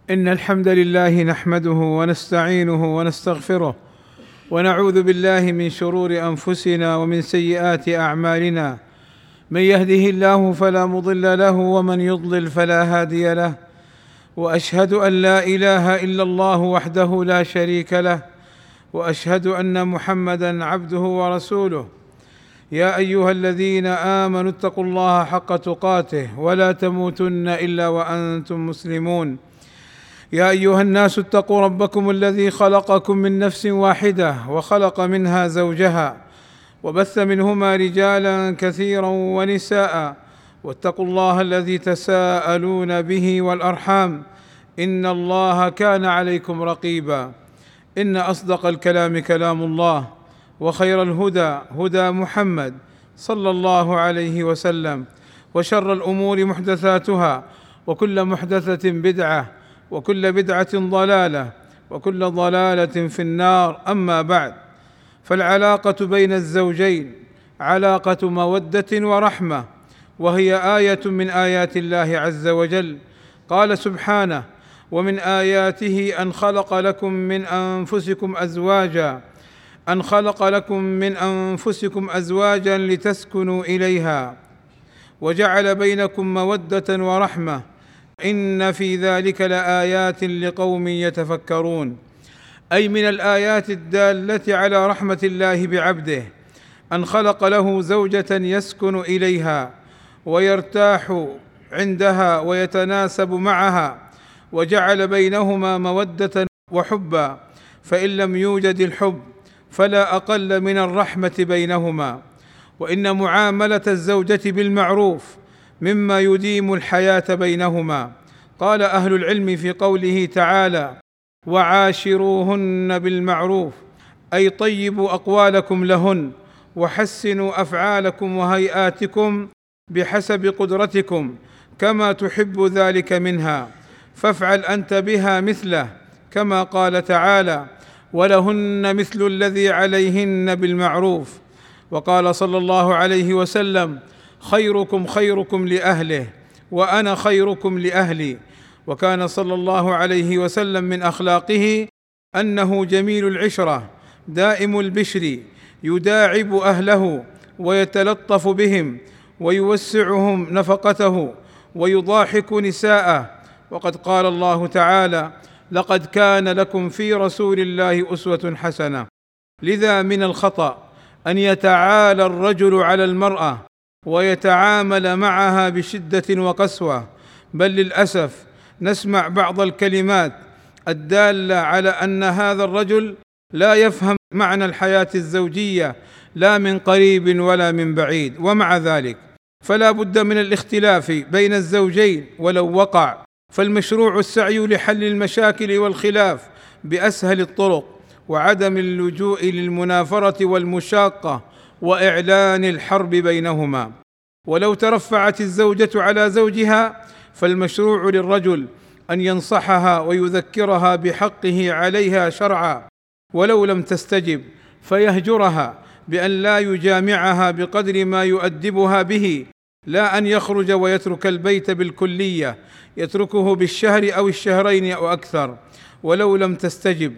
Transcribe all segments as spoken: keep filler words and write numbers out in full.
إن الحمد لله نحمده ونستعينه ونستغفره ونعوذ بالله من شرور أنفسنا ومن سيئات أعمالنا. من يهده الله فلا مضل له ومن يضلل فلا هادي له، وأشهد أن لا إله إلا الله وحده لا شريك له، وأشهد أن محمدًا عبده ورسوله. يا أيها الذين آمنوا اتقوا الله حق تقاته ولا تموتن إلا وأنتم مسلمون. يا أيها الناس اتقوا ربكم الذي خلقكم من نفس واحدة وخلق منها زوجها وبث منهما رجالا كثيرا ونساء، واتقوا الله الذي تساءلون به والأرحام إن الله كان عليكم رقيبا. إن أصدق الكلام كلام الله، وخير الهدى هدى محمد صلى الله عليه وسلم، وشر الأمور محدثاتها، وكل محدثة بدعة، وكل بدعة ضلالة، وكل ضلالة في النار. أما بعد، فالعلاقة بين الزوجين علاقة مودة ورحمة، وهي آية من آيات الله عز وجل. قال سبحانه: ومن آياته أن خلق لكم من أنفسكم أزواجا أن خلق لكم من أنفسكم أزواجا لتسكنوا إليها وجعل بينكم مودة ورحمة إن في ذلك لآيات لقوم يتفكرون. أي من الآيات الدالة على رحمة الله بعبده أن خلق له زوجة يسكن إليها ويرتاح عندها ويتناسب معها، وجعل بينهما مودة وحبا، فإن لم يوجد الحب فلا أقل من الرحمة بينهما. وإن معاملة الزوجة بالمعروف مما يديم الحياة بينهما. قال أهل العلم في قوله تعالى: وعاشروهن بالمعروف، أي طيبوا أقوالكم لهن، وحسنوا أفعالكم وهيئاتكم بحسب قدرتكم كما تحب ذلك منها، فافعل أنت بها مثله، كما قال تعالى: ولهن مثل الذي عليهن بالمعروف. وقال صلى الله عليه وسلم: خيركم خيركم لأهله وأنا خيركم لأهلي. وكان صلى الله عليه وسلم من أخلاقه أنه جميل العشرة دائم البشر، يداعب أهله ويتلطف بهم ويوسعهم نفقته ويضاحك نساءه. وقد قال الله تعالى: لقد كان لكم في رسول الله أسوة حسنة. لذا من الخطأ أن يتعالى الرجل على المرأة ويتعامل معها بشدة وقسوة، بل للأسف نسمع بعض الكلمات الدالة على أن هذا الرجل لا يفهم معنى الحياة الزوجية لا من قريب ولا من بعيد. ومع ذلك فلا بد من الاختلاف بين الزوجين ولو وقع، فالمشروع السعي لحل المشاكل والخلاف بأسهل الطرق، وعدم اللجوء للمنافرة والمشاقة وإعلان الحرب بينهما. ولو ترفعت الزوجة على زوجها فالمشروع للرجل أن ينصحها ويذكرها بحقه عليها شرعا، ولو لم تستجب فيهجرها بأن لا يجامعها بقدر ما يؤدبها به، لا أن يخرج ويترك البيت بالكلية، يتركه بالشهر أو الشهرين أو أكثر. ولو لم تستجب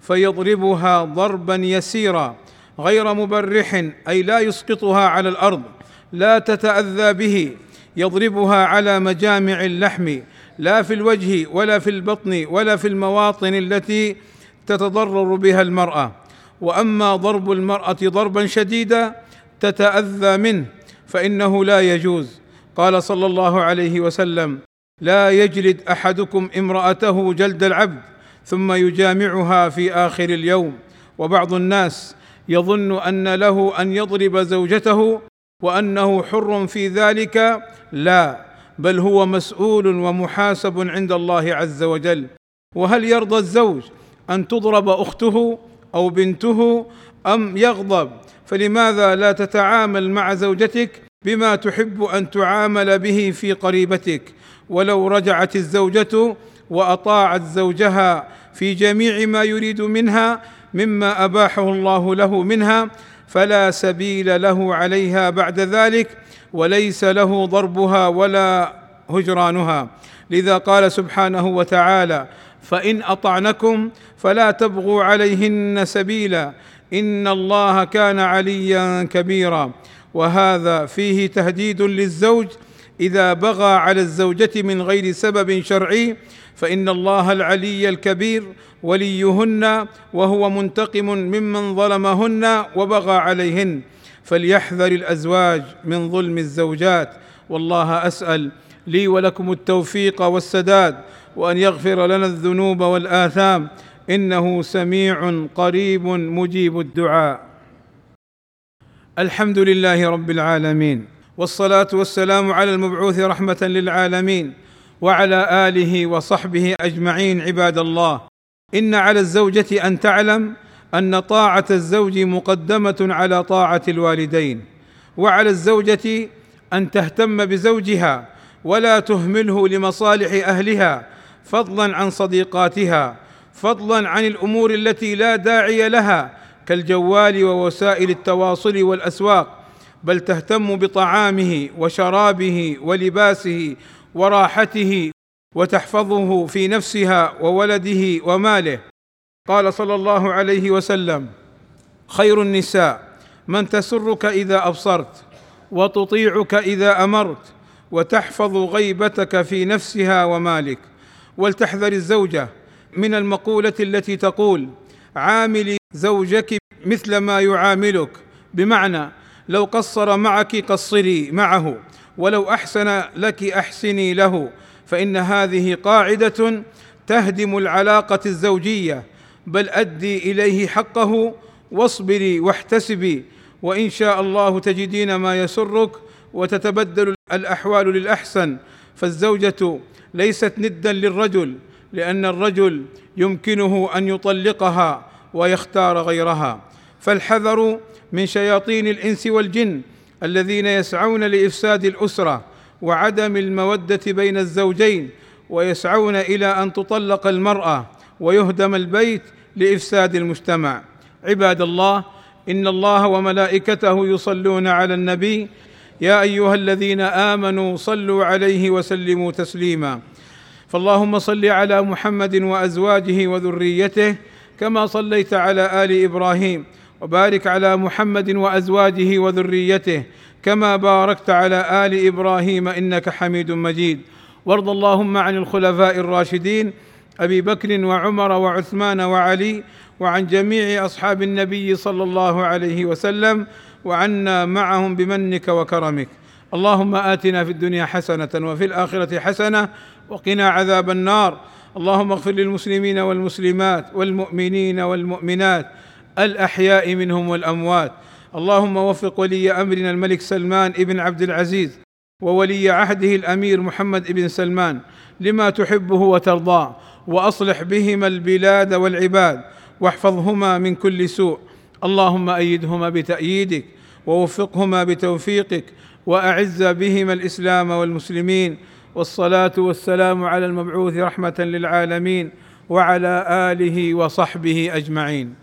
فيضربها ضربا يسيرا غير مبرح، أي لا يسقطها على الأرض، لا تتأذى به، يضربها على مجامع اللحم، لا في الوجه ولا في البطن ولا في المواطن التي تتضرر بها المرأة. وأما ضرب المرأة ضربا شديدا تتأذى منه فإنه لا يجوز. قال صلى الله عليه وسلم: لا يجلد أحدكم امرأته جلد العبد ثم يجامعها في آخر اليوم. وبعض الناس يظن أن له أن يضرب زوجته وأنه حر في ذلك، لا، بل هو مسؤول ومحاسب عند الله عز وجل. وهل يرضى الزوج أن تضرب أخته أو بنته أم يغضب؟ فلماذا لا تتعامل مع زوجتك بما تحب أن تعامل به في قريبتك؟ ولو رجعت الزوجة وأطاعت زوجها في جميع ما يريد منها مما أباحه الله له منها فلا سبيل له عليها بعد ذلك، وليس له ضربها ولا هجرانها، لذا قال سبحانه وتعالى: فإن أطعنكم فلا تبغوا عليهن سبيلا إن الله كان عليا كبيرا. وهذا فيه تهديد للزوج إذا بغى على الزوجة من غير سبب شرعي، فإن الله العلي الكبير وليهن وهو منتقم ممن ظلمهن وبغى عليهن، فليحذر الأزواج من ظلم الزوجات. والله أسأل لي ولكم التوفيق والسداد، وأن يغفر لنا الذنوب والآثام، إنه سميع قريب مجيب الدعاء. الحمد لله رب العالمين، والصلاة والسلام على المبعوث رحمة للعالمين وعلى آله وصحبه أجمعين. عباد الله، إن على الزوجة أن تعلم أن طاعة الزوج مقدمة على طاعة الوالدين، وعلى الزوجة أن تهتم بزوجها ولا تهمله لمصالح أهلها، فضلا عن صديقاتها، فضلا عن الأمور التي لا داعي لها كالجوال ووسائل التواصل والأسواق، بل تهتم بطعامه وشرابه ولباسه وراحته، وتحفظه في نفسها وولده وماله. قال صلى الله عليه وسلم: خير النساء من تسرك إذا أبصرت، وتطيعك إذا أمرت، وتحفظ غيبتك في نفسها ومالك. ولتحذر الزوجة من المقولة التي تقول: عاملي زوجك مثل ما يعاملك، بمعنى لو قصر معك قصري معه، ولو أحسن لك أحسني له، فإن هذه قاعدة تهدم العلاقة الزوجية. بل أدي إليه حقه واصبري واحتسبي، وإن شاء الله تجدين ما يسرك وتتبدل الأحوال للأحسن. فالزوجة ليست ندا للرجل، لأن الرجل يمكنه أن يطلقها ويختار غيرها. فالحذر من شياطين الإنس والجن الذين يسعون لإفساد الأسرة وعدم المودة بين الزوجين، ويسعون إلى أن تطلق المرأة ويهدم البيت لإفساد المجتمع. عباد الله، إن الله وملائكته يصلون على النبي، يا أيها الذين آمنوا صلوا عليه وسلموا تسليما. فاللهم صل على محمد وأزواجه وذريته كما صليت على آل إبراهيم، وبارك على محمد وأزواجه وذريته كما باركت على آل إبراهيم إنك حميد مجيد. وارض اللهم عن الخلفاء الراشدين أبي بكر وعمر وعثمان وعلي، وعن جميع أصحاب النبي صلى الله عليه وسلم، وعنا معهم بمنك وكرمك. اللهم آتنا في الدنيا حسنة وفي الآخرة حسنة وقنا عذاب النار. اللهم اغفر للمسلمين والمسلمات والمؤمنين والمؤمنات الأحياء منهم والأموات. اللهم وفق ولي أمرنا الملك سلمان ابن عبد العزيز وولي عهده الأمير محمد بن سلمان لما تحبه وترضاه، وأصلح بهما البلاد والعباد، واحفظهما من كل سوء. اللهم أيدهما بتأييدك، ووفقهما بتوفيقك، وأعز بهما الإسلام والمسلمين. والصلاة والسلام على المبعوث رحمة للعالمين وعلى آله وصحبه أجمعين.